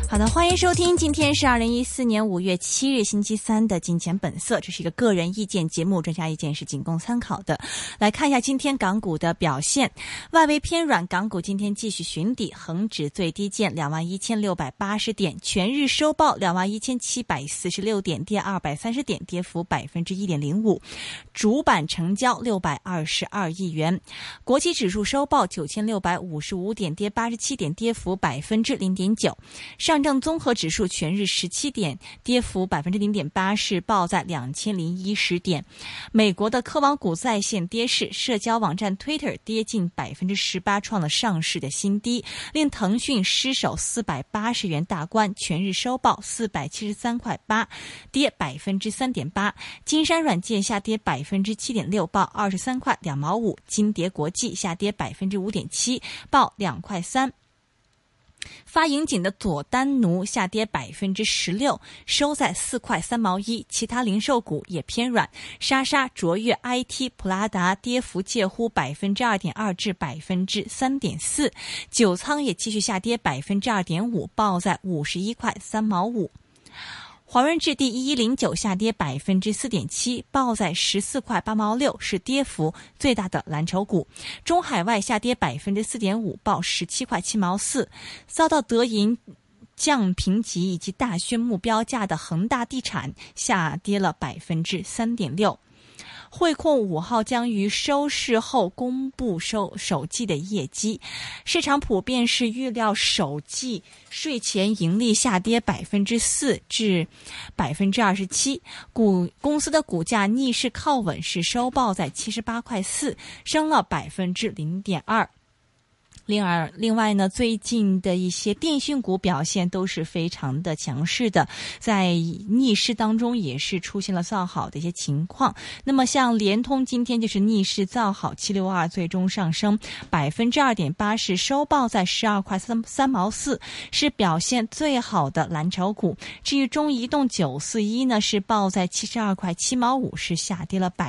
好的，欢迎收听，今天是2014年5月7日星期三的金钱本色，这是一个个人意见节目，专家意见是仅供参考的。来看一下今天港股的表现，外围偏软，港股今天继续寻底，恒指最低见21,680点，全日收报21,746点，跌230点，跌幅 1.05%， 主板成交622亿元，国企指数收报9655点，跌87点，跌幅 0.9%， 上证综合指数全日17点，跌幅 0.8%， 是报在2010点。美国的科网股在线跌势，社交网站 Twitter 跌近 18%， 创了上市的新低，令腾讯失守480元大关，全日收报473.8块，跌 3.8%。金山软件下跌 7.6%， 报23块2毛5，金蝶国际下跌 5.7%， 报2块3。发盈警的佐丹奴下跌 16%， 收在4块3毛1，其他零售股也偏软，莎莎、卓越、IT、普拉达跌幅介乎 2.2% 至 3.4%， 九仓也继续下跌 2.5%， 报在51块3毛5。华润置地1109下跌 4.7%， 报在14块8毛6，是跌幅最大的蓝筹股。中海外下跌 4.5%， 报17块7毛4，遭到德银降评级以及大宣目标价的恒大地产下跌了 3.6%。汇控5号将于收市后公布首季的业绩，市场普遍是预料首季税前盈利下跌 4% 至 27%， 公司的股价逆势靠稳，是收报在78块4，升了 0.2%。另外呢，最近的一些电讯股表现都是非常的强势的，在逆势当中也是出现了造好的一些情况。那么像联通今天就是逆势造好，762最终上升 2.8%， 是收报在12块3毛4，是表现最好的蓝筹股。至于中移动941呢，是报在72块7毛5，是下跌了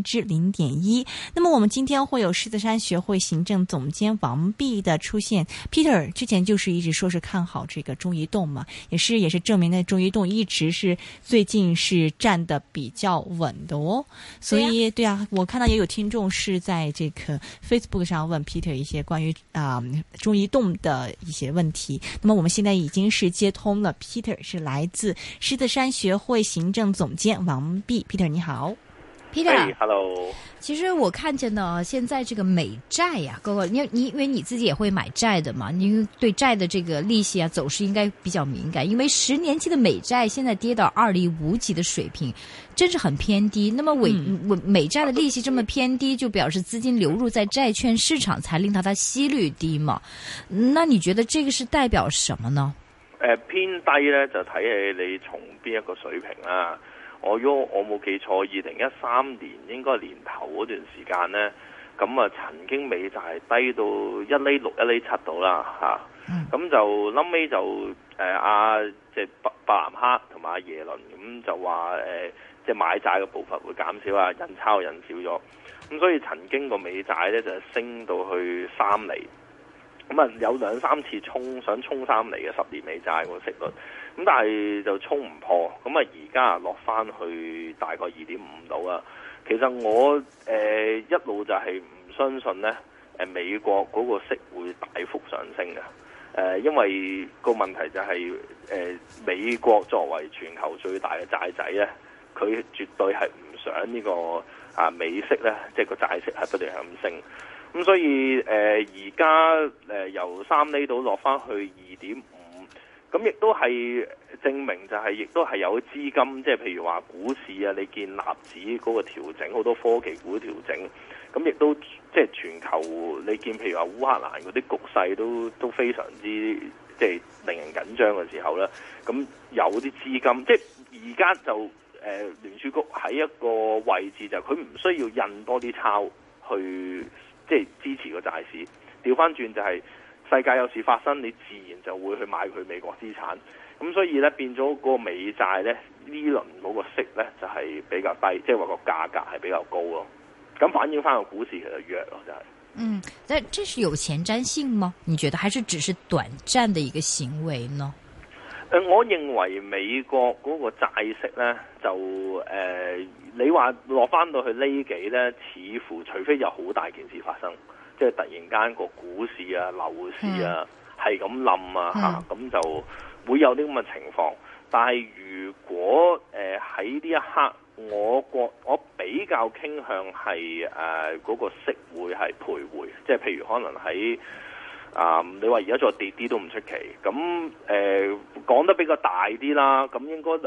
0.1%。那么我们今天会有狮子山学会行政总监王弼的出现。 Peter 之前就是一直说是看好这个中移动嘛，也是证明的中移动一直是最近是站得比较稳的哦。所以对啊，我看到也有听众是在这个 Facebook 上问 Peter 一些关于中移动的一些问题。那么我们现在已经是接通了 Peter， 是来自狮子山学会行政总监王弼。 Peter 你好。 Peter， Hello。 其实我看见呢，现在这个美债呀，各位，因为你自己也会买债的嘛，你对债的这个利息啊走势应该比较敏感，因为10年期的美债现在跌到2厘5几的水平，真是很偏低。那么美债的利息这么偏低，就表示资金流入在债券市場，才令它的息率低嘛。那你覺得這個是代表什麼呢？ 偏低呢，就睇起你從邊一個水平啦。如果我冇記錯，2013年應該年頭嗰段時間呢，咁曾經美債低到1厘6、1厘7度啦嚇。咁就臨尾就即係伯南克同埋耶倫咁就話即係買債嘅步伐會減少啊，印鈔印少咗。咁所以曾經個美債呢，就升到去3厘。咁有2-3次想衝3厘嘅10年美債個息率。咁但係就衝唔破，咁而家落翻去大概 2.5 度啦。其實我一路就係唔相信呢美國嗰個息會大幅上升嘅。因為個問題就係美國作為全球最大嘅債仔呢，佢絕對係唔想呢個美息呢，即係個債息係不斷咁升。咁所以而家由3厘度落翻去 2.5。咁亦都係證明就係亦都係有資金，即係譬如話股市啊，你見納指嗰個調整，好多科技股調整，咁亦都即係全球你見譬如話烏克蘭嗰啲局勢都非常之即係令人緊張嘅時候咧，咁有啲資金即係而家就聯儲局喺一個位置就佢唔需要印多啲鈔去即係支持個債市，調翻轉就係。世界有事發生，你自然就會去買佢美國資產，咁所以咧變咗嗰個美債咧呢輪嗰個息咧就係比較低，即係話個價格係比較高咯。咁反映翻個股市其實弱咯，就係。 但這是有前瞻性嗎？你覺得還是只是短暫的一個行為呢？ 我認為美國嗰個債息咧就你話落翻到去呢幾咧，似乎除非有好大件事發生，即係突然間個股市啊、樓市啊係咁冧啊咁就會有啲咁嘅情況。但係如果喺呢一刻，我比較傾向係嗰個息會係徘徊，即係譬如可能喺你話而家再跌啲都唔出奇。咁講得比較大啲啦，咁應該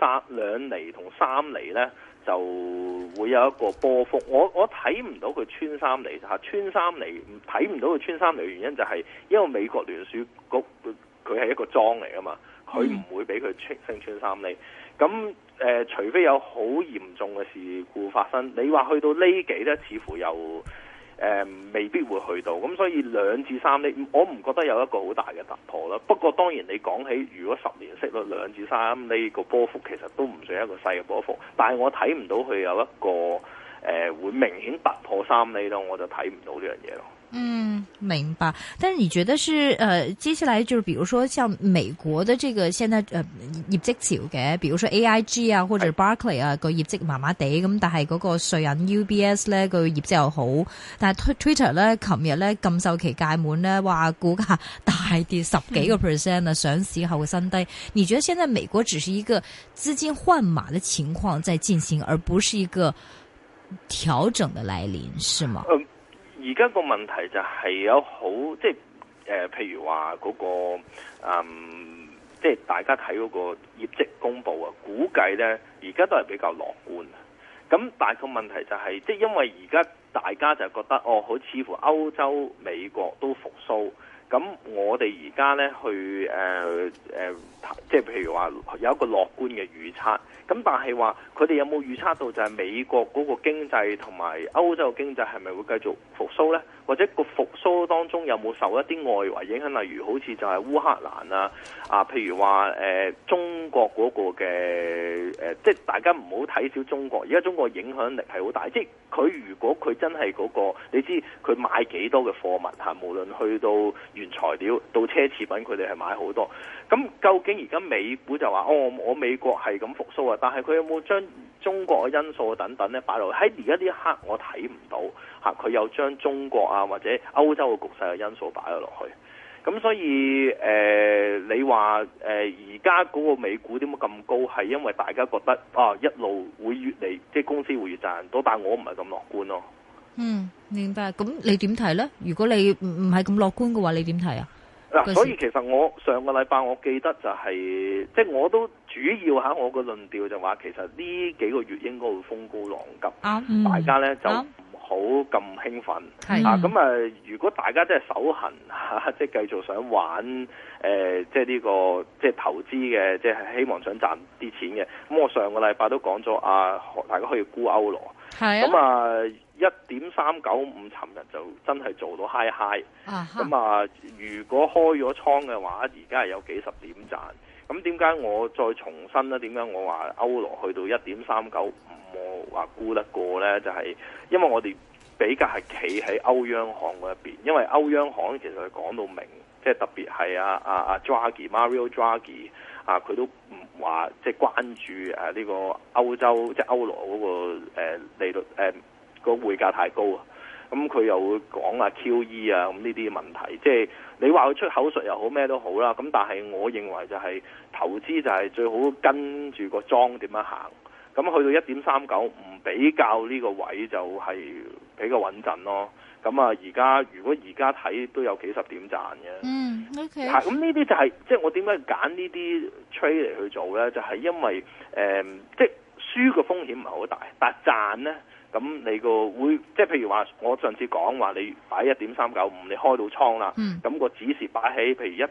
2厘同3厘呢就會有一個波幅。我睇唔到佢穿3厘嚇，穿3厘睇唔到佢穿3厘嘅原因就係因為美國聯儲局佢係一個莊嚟㗎嘛。佢唔會俾佢升穿3厘，咁除非有好嚴重嘅事故發生，你話去到呢幾呢，似乎又未必會去到，咁所以2至3厘，我唔覺得有一個好大嘅突破啦。不過當然你講起如果10年息率2至3厘個波幅，其實都唔算一個細嘅波幅，但係我睇唔到佢有一個會明顯突破3厘咯，我就睇唔到呢樣嘢咯。 明白。但是你覺得是接下來就是比如說像美國的這個現在業績潮嘅，比如說 AIG 啊或者 Barclay 啊個業績麻麻地咁，但係嗰個瑞銀 UBS 咧個業績又好，但係 Twitter 咧琴日咧禁售期屆滿咧，話股價大跌10幾個 percent 啊，上市後嘅新低。你覺得現在美國只是一個資金換馬的情況在進行，而不是一個調整的來臨，是嗎？ 而家個問題就係有好即係譬如話嗰個即係大家睇嗰個業績公佈啊，估計咧而家都係比較樂觀。咁但係個問題就係即係因為而家大家就覺得好似乎歐洲、美國都復甦。咁我哋而家咧去即係譬如話有一個樂觀嘅預測，咁但係話佢哋有冇預測到就係美國嗰個經濟同埋歐洲經濟係咪會繼續復甦呢？或者個復甦當中有冇受一啲外圍影響？例如好似就係烏克蘭譬如話中國嗰個嘅即係大家唔好睇小中國，而家中國影響力係好大，即係佢如果佢真係嗰個，你知佢買幾多嘅貨物嚇，無論去到原材料到奢侈品，佢哋係買好多。咁究竟而家美股就話我美國係咁復甦啊，但係佢有冇將中國嘅因素等等咧擺落喺而家呢一刻我睇唔到嚇，佢有將中國或者歐洲嘅局勢嘅因素擺咗落去。咁所以你話而家嗰個美股點解咁高，係因為大家覺得一路會越嚟即係公司會越賺多，但係我唔係咁樂觀咯。 明白。咁你點睇咧？如果你唔係咁樂觀嘅話，你點睇啊？ 嗱，所以其實我上個禮拜我記得就係即係我都主要喺我個論調就話，其實呢幾個月應該會風高浪急，大家咧就唔好咁興奮咁如果大家真係手痕即係繼續想玩即係呢個即係投資嘅，即係希望想賺啲錢嘅，咁我上個禮拜都講咗大家可以沽歐羅。咁1.395，尋日就真係做到 high。咁如果開咗倉嘅話，而家係有幾十點賺。咁點解我再重申呢？點解我話歐羅去到1.395，我話沽得過呢？就係因為我哋比較係企喺歐央行嗰一邊，因為歐央行其實佢講到明，即係特別係Mario Draghi 佢都唔話即係關注呢個歐洲即係歐羅嗰個利率個匯價太高啊，咁佢又會講QE 咁呢啲問題，即係你話佢出口術又好咩都好啦，咁但係我認為就係投資就係最好跟住個莊點樣行，咁去到1.395比較呢個位就係比較穩陣咯。咁而家如果而家睇都有幾十點賺嘅。 OK。 咁呢啲就係即係我點解揀呢啲 trade 嚟去做咧？就係因為即係輸嘅風險唔係好大，但係賺咧。咁你個會即係譬如話，我上次講話你擺1.395，你開到倉啦，咁個指示擺喺譬如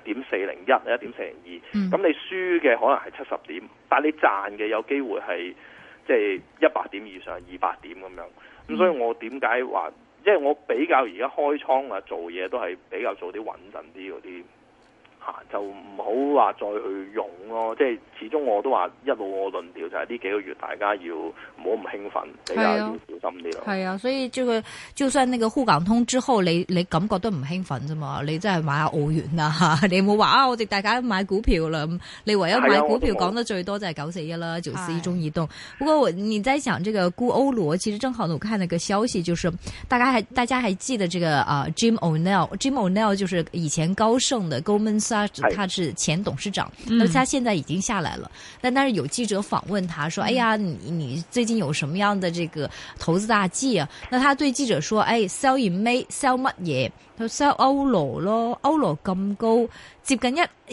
1.401、1.402，咁你輸嘅可能係70點，但係你賺嘅有機會係即係100點以上、200點咁樣。咁所以我點解話，即係我比較而家開倉做嘢都係比較做啲穩陣啲嗰啲就唔好話再去用咯。即係始終我都話一路我論調就係呢幾個月大家要唔好咁興奮，比較要小心啲咯。 係啊，所以就算那個滬港通之後，你感覺都唔興奮啫嘛。你真係買下澳元啊，你冇話我哋大家買股票啦。你唯一買股票講得最多就係941啦，941中移動。不過你在想這個沽歐羅，其實正好我看那個消息，就是大家還記得這個Jim O'Neill 就是以前高盛的 Goldman Sachs， 他是前董事長，那他現在已經下來了。但是有記者訪問他說：“哎呀，你最近有什麼樣的這個投資大計啊？”那他對記者說：“sell in May sell 乜嘢？佢 sell 歐羅咯，歐羅咁高，接近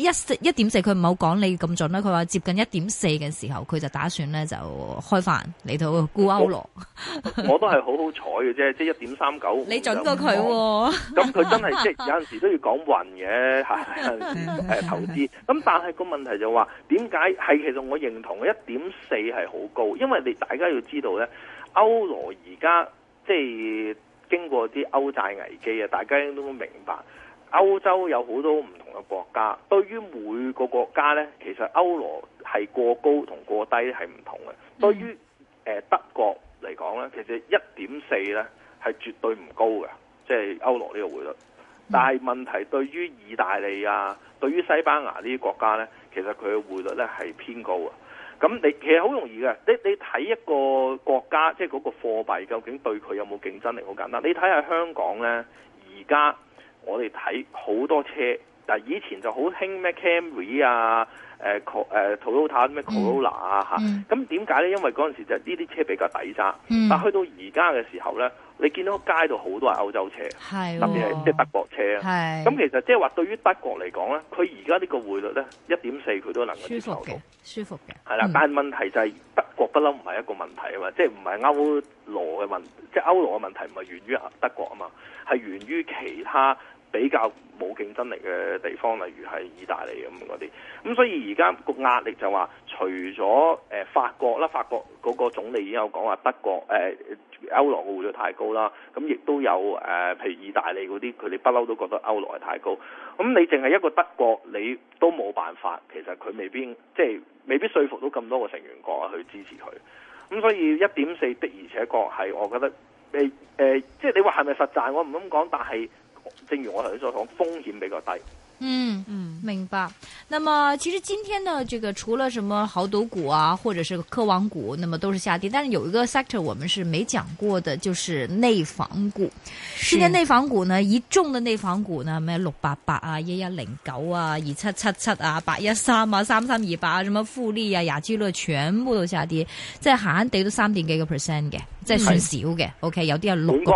1.4，佢唔好講你咁準啦。佢話接近1.4嘅時候，佢就打算咧就開飯嚟到沽歐羅。 我都係好好彩嘅啫，即係1.39。 你準過佢喎。 咁佢真係即係有陣時都要講運嘅嚇，有陣時投資。咁但係個問題就話點解係其實我認同1.4係好高，因為你大家要知道咧，歐羅而家即係經過啲歐債危機啊，大家都明白歐洲有好多唔同嘅國家，對於每個國家呢，其實歐羅係過高同過低係唔同嘅。對於德國嚟講呢，其實1.4呢係絕對唔高嘅，即係歐羅呢個匯率。但係問題對於意大利啊，對於西班牙呢啲國家呢，其實佢嘅匯率呢係偏高啊。咁你其實好容易嘅，你睇一個國家，即係嗰個貨幣究竟對佢有冇競爭力，好簡單。你睇下香港呢，而家我哋睇好多車，但係以前就好興咩 Camry 啊、Toyota 咩 Corolla 啊嚇。咁點解呢？因為嗰陣時就呢啲車比較抵揸。但去到而家嘅時候呢，你見到街度好多係歐洲車，特別係即係德國車。咁其實即係話對於德國嚟講呢，佢而家呢個匯率呢1.4佢都能夠接受到。 舒服嘅， 係啦，但係問題就係德國不嬲唔係一個問題啊嘛，即係唔係歐羅嘅問題，即係歐羅嘅問題唔係源於德國啊嘛，係源於其他比較冇競爭力嘅地方，例如係意大利咁嗰啲。咁所以而家個壓力就話，除咗法國啦，法國嗰個總理已經有講話德國歐羅嘅匯率太高啦，咁亦都有譬如意大利嗰啲，佢哋不嬲都覺得歐羅係太高。咁你淨係一個德國，你都冇辦法，其實佢未必說服到咁多個成員國去支持佢。咁所以1.4的而且確係，我覺得即係你話係咪實賺，我唔咁講，但係正如我頭先所講，風險比較低。 明白。那麼其實今天呢，這個除了什麼豪賭股啊，或者是科網股，那麼都是下跌。但是有一個 sector 我們是沒講過的，就是內房股。今天內房股呢，一眾的內房股呢，咩688啊、1109啊、2777啊、813啊、3328啊，什麼富力啊、雅居樂全部都下跌，即係閒閒地都3.幾個%嘅，即係算少嘅。OK， 有啲係6個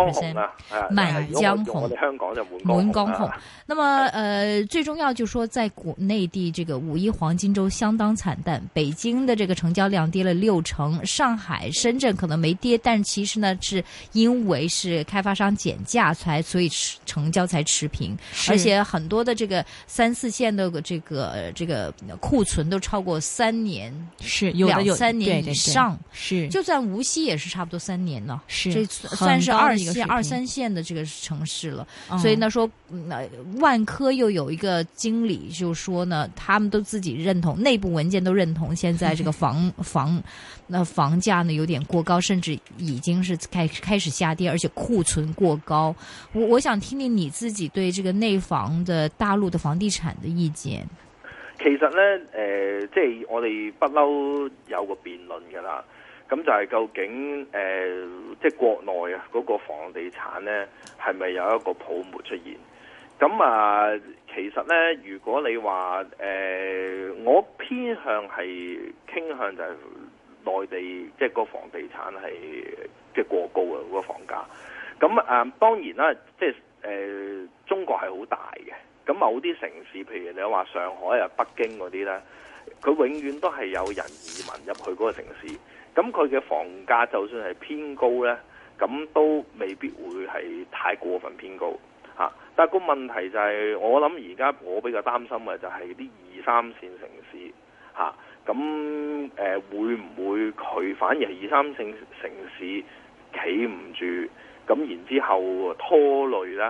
%。滿江紅， 我哋香港就滿江紅。那麼最重要就是說，在內地這個5·1黃金週相當慘淡，北京的這個成交量跌了60%，上海、深圳可能沒跌，但其實呢，是因為是開發商減價所以成交才持平，而且很多的這個3、4線的這個庫存都超過3年， 是有2、3 年以上， 是就算無錫也是差不多3年了， 是這算是2、3線的這個城市了，所以呢說，萬科又有一個經理就說呢，他們都自己認同，內部文件都認同，現在這個房價呢有點過高，甚至已經是開始下跌，而且庫存過高。我想聽聽你自己對這個內房的大陸的房地產的意見。 其實呢，即係我哋不嬲有個辯論㗎啦。咁就係究竟即係國內啊嗰個房地產呢，係咪有一個泡沫出現？咁啊，其實呢，如果你話我偏向係傾向就係內地即係個房地產係即係過高啊嗰個房價。咁當然啦，即係中國係好大嘅。咁某啲城市，譬如你話上海啊、北京嗰啲呢，佢永遠都係有人移民入去嗰個城市。咁佢嘅房價就算係偏高呢，咁都未必會係太過分偏高嚇。但係個問題就係，我諗而家我比較擔心嘅就係啲2、3線城市嚇。咁會唔會佢反而係2、3線城市企唔住？咁然之後拖累呢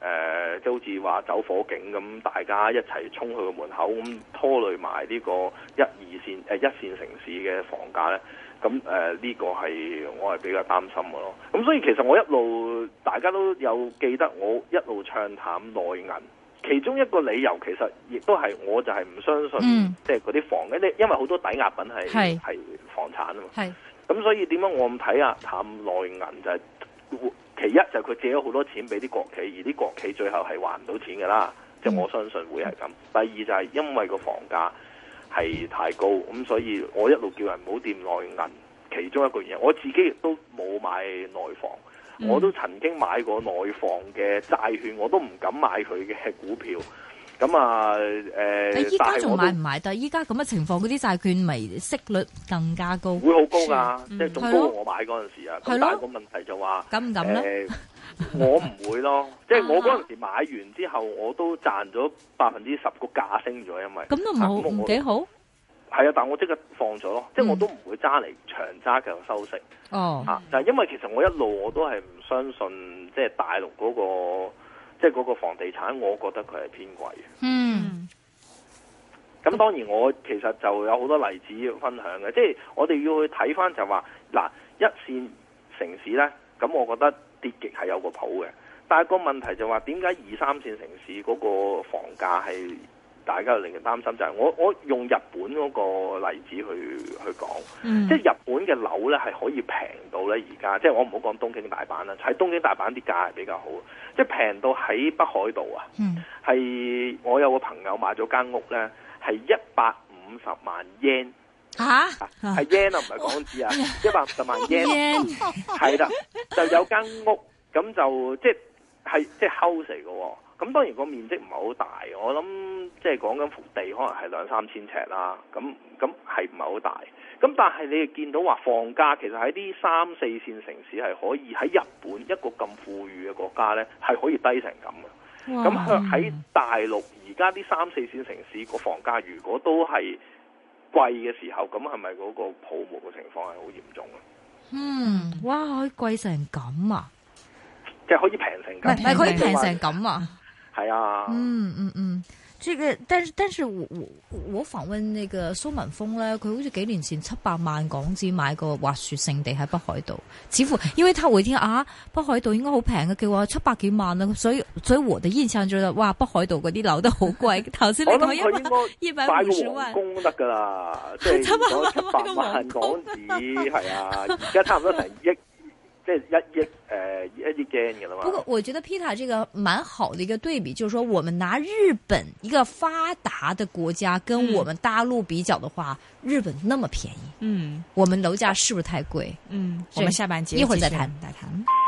即好似話走火警咁，大家一齊衝去個門口咁拖累埋呢個一線城市嘅房價咧。咁呢個係我係比較擔心嘅咯。咁所以其實我一路大家都有記得，我一路唱淡內銀，其中一個理由其實亦都係我就係唔相信，即係嗰啲房嘅，因為好多抵押品係房產啊嘛。咁所以點解我咁睇啊？淡內銀就係其一就係佢借咗好多錢俾啲國企，而啲國企最後係還唔到錢㗎啦。即係我相信會係咁。第二就係因為個房價係太高，咁所以我一路叫人唔好掂內銀。其中一個原因，我自己亦都冇買內房，我都曾經買過內房嘅債券，我都唔敢買佢嘅股票。咁啊依家仲買唔買得？依家咁嘅情況，嗰啲債券咪息率更加高， 會好高㗎，即係仲高過我買嗰陣時啊。咁但係個問題就話， 敢唔敢咧？ 我唔會咯，即係我嗰陣時買完之後，我都賺咗10%，個價升咗，因為咁都唔好，唔幾好。 係啊，但我即刻放咗咯，即係我都唔會揸嚟長揸繼續收息。就係因為其實我一路我都係唔相信，即係大陸嗰個即係嗰個房地產，我覺得佢係偏貴嘅。咁當然我其實就有好多例子要分享嘅，即係我哋要去睇翻就話嗱，一線城市呢，咁我覺得跌極係有個譜嘅，但係個問題就話點解2、3線城市嗰個房價係大家令人擔心，就係我用日本嗰個例子去講，即係日本嘅樓咧係可以平到咧而家，即係我唔好講東京大阪啦，喺東京大阪啲價係比較好，即係平到喺北海道啊，係我有個朋友買咗間屋咧，係150萬 yen， 係 yen 啊，唔係港紙啊，150萬 yen， 係啦，就有間屋咁就即係 house 嚟嘅喎。咁當然個面積唔係好大，我諗即係講緊幅地可能係2-3千尺啦。咁係唔係好大？咁但係你見到話房價其實喺啲3、4線城市係可以喺日本一個咁富裕嘅國家呢，係可以低成咁嘅。咁喺大陸而家啲3、4線城市個房價如果都係貴嘅時候，咁係咪嗰個泡沫嘅情況係好嚴重啊？ 哇！可以貴成咁啊！ 即係可以平成咁， 唔係可以平成咁啊！ 係啊， 這個但是我訪問那個蘇文峰咧，佢好似幾年前700萬港紙買個滑雪勝地喺北海道，似乎因為他會聽北海道應該好平嘅，佢話700幾萬啦，所以我的印象覺得哇，北海道嗰啲樓都好貴。頭先你講150萬，供得噶啦，即係700萬港紙，係啊，而家差唔多成億。即係1億驚嘅啦嘛。不過我覺得 Peter 這個蠻好的一個對比，就是說我們拿日本一個發達的國家跟我們大陸比較的話，日本那麼便宜，我們樓價是不是太貴？ 我們下半節一會兒再談。